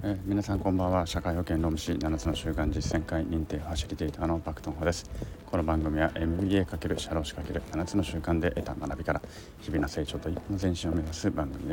皆さんこんばんは。社会保険労務士7つの習慣実践会認定ファシリテーターのパクトンホです。この番組は MBA× 社労士 ×7 つの習慣で得た学びから日々の成長と一歩の前進を目指す番組です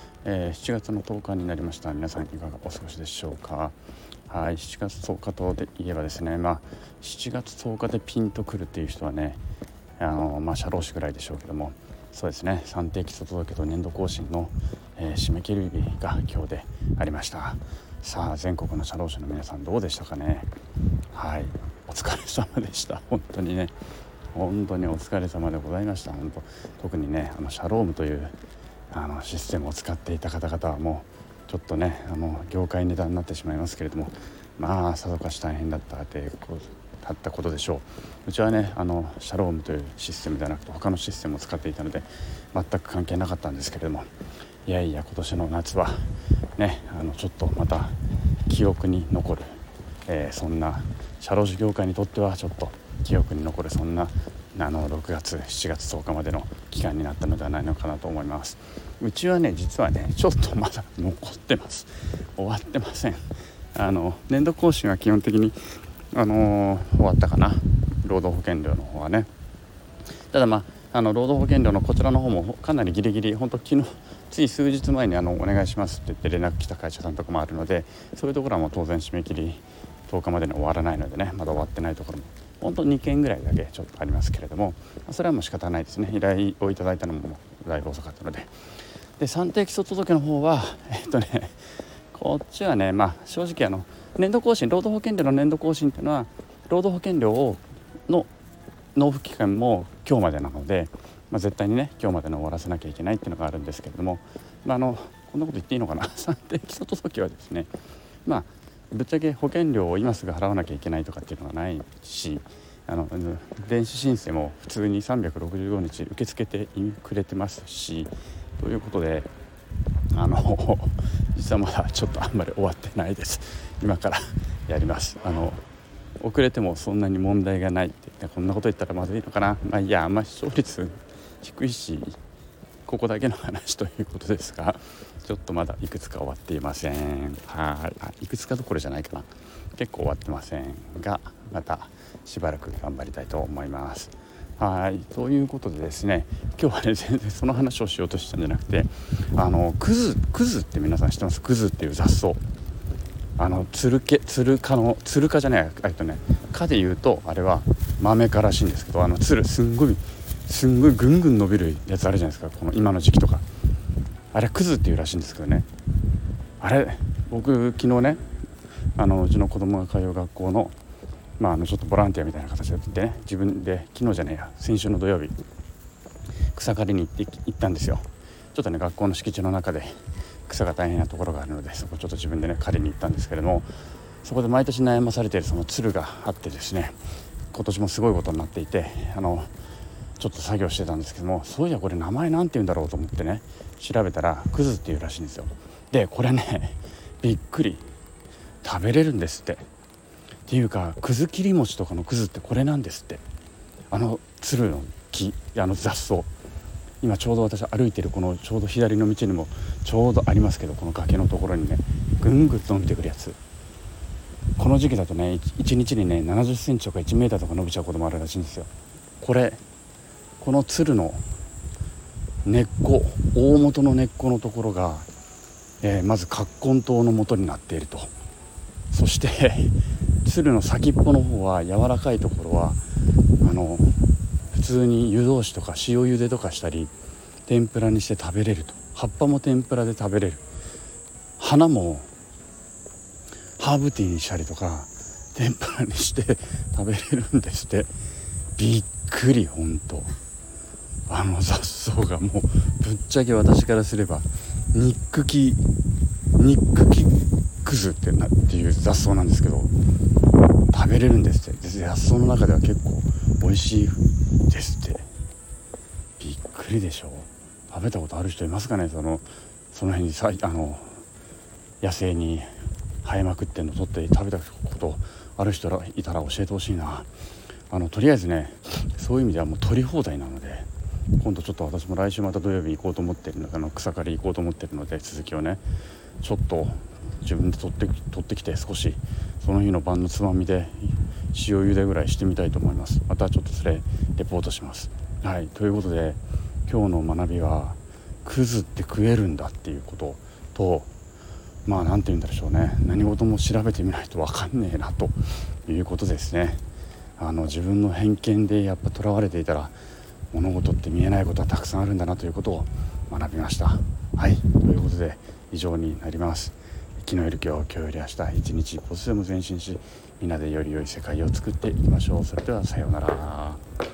。7月の10日になりました。皆さんいかがお過ごしでしょうか。はい、7月10日とで言えばですね、7月10日でピンとくるっていう人はね、社労士ぐらいでしょうけども、そうですね、算定基礎届と年度更新の、締め切り日が今日でありました。さあ、全国の社労士の皆さんどうでしたかね。はい、お疲れ様でした。本当にお疲れ様でございました。特にね、社労務というシステムを使っていた方々はもうちょっとね、業界ネタになってしまいますけれども、さぞかし大変だったことでしょう。うちはね、社労務というシステムではなくて他のシステムを使っていたので全く関係なかったんですけれども、いや今年の夏はね、ちょっとまた記憶に残る、そんな社労士業界にとってはちょっと記憶に残る、そんな6月7月10日までの期間になったのではないのかなと思います。うちはね、実はね、ちょっとまだ残ってます。終わってません。年度更新は基本的に終わったかな、労働保険料の方はね。ただ労働保険料のこちらの方もかなりギリギリ、本当昨日つい数日前にお願いしますって言って連絡来た会社さんとかもあるので、そういうところはもう当然締め切り10日までに終わらないのでね、まだ終わってないところも本当2件ぐらいだけちょっとありますけれども、それはもう仕方ないですね。依頼をいただいたのもだいぶ遅かったので。算定基礎届の方はこっちはね、正直年度更新、労働保険料の年度更新っていうのは労働保険料の納付期間も今日までなので、絶対にね今日までに終わらせなきゃいけないっていうのがあるんですけれども、こんなこと言っていいのかな。算定基礎届はですね、ぶっちゃけ保険料を今すぐ払わなきゃいけないとかっていうのがないし、電子申請も普通に365日受け付けてくれてますし、ということで実はまだちょっとあんまり終わってないです。今からやります。遅れてもそんなに問題がないって言って、こんなこと言ったらまずいのかな。あんまり視聴率低いし、ここだけの話ということですが、ちょっとまだいくつか終わっていません。いくつかどころじゃないかな、結構終わってませんが、またしばらく頑張りたいと思います。ということでですね、今日はね全然その話をしようとしたんじゃなくて、クズって皆さん知ってます？クズっていう雑草、つるかじゃない、かで言うとあれは豆からしいんですけど、つるすんごいぐんぐん伸びるやつあるじゃないですか、この今の時期とか。あれクズっていうらしいんですけどね。あれ僕昨日ね、うちの子供が通う学校のちょっとボランティアみたいな形で行ってね、自分で先週の土曜日草刈りに行ったんですよ。ちょっとね、学校の敷地の中で草が大変なところがあるので、そこちょっと自分でね刈りに行ったんですけれども、そこで毎年悩まされているそのつるがあってですね、今年もすごいことになっていて、ちょっと作業してたんですけども、そういやこれ名前なんて言うんだろうと思ってね調べたらクズっていうらしいんですよ。でこれね、びっくり、食べれるんですっていうか、くず切り餅とかのくずってこれなんですって。つるの木、雑草、今ちょうど私歩いてるこのちょうど左の道にもちょうどありますけど、この崖のところにねぐんぐん伸びてくるやつ、この時期だとね1日にね70センチとか1メーターとか伸びちゃうこともあるらしいんですよ。このつるの根っこ、大元の根っこのところが、まず葛根湯の元になっていると。そしてつるの先っぽの方は柔らかいところは普通に湯通しとか塩茹でとかしたり天ぷらにして食べれると。葉っぱも天ぷらで食べれる。花もハーブティーにしたりとか天ぷらにして食べれるんですって。びっくり、ほんと雑草がもうぶっちゃけ私からすれば憎きクズっていう雑草なんですけど、食べれるんですって。雑草の中では結構美味しいですって。びっくりでしょ。食べたことある人いますかね。その辺に野生に生えまくってんの取って食べたことある人いたら教えてほしいな。とりあえずね、そういう意味ではもう取り放題なので、今度ちょっと私も来週また土曜日行こうと思ってるので、草刈り行こうと思ってるので、続きをねちょっと自分で取ってきて、少しその日の晩のつまみで塩茹でぐらいしてみたいと思います。またちょっとそれレポートします。はい、ということで今日の学びは、クズって食えるんだっていうことと、なんて言うんでしょうね、何事も調べてみないと分かんねえなということですね。自分の偏見でやっぱとらわれていたら、物事って見えないことはたくさんあるんだなということを学びました。はい、ということで以上になります。昨日より今日、今日より明日、一日一歩ずつでも前進し、みんなでより良い世界を作っていきましょう。それではさようなら。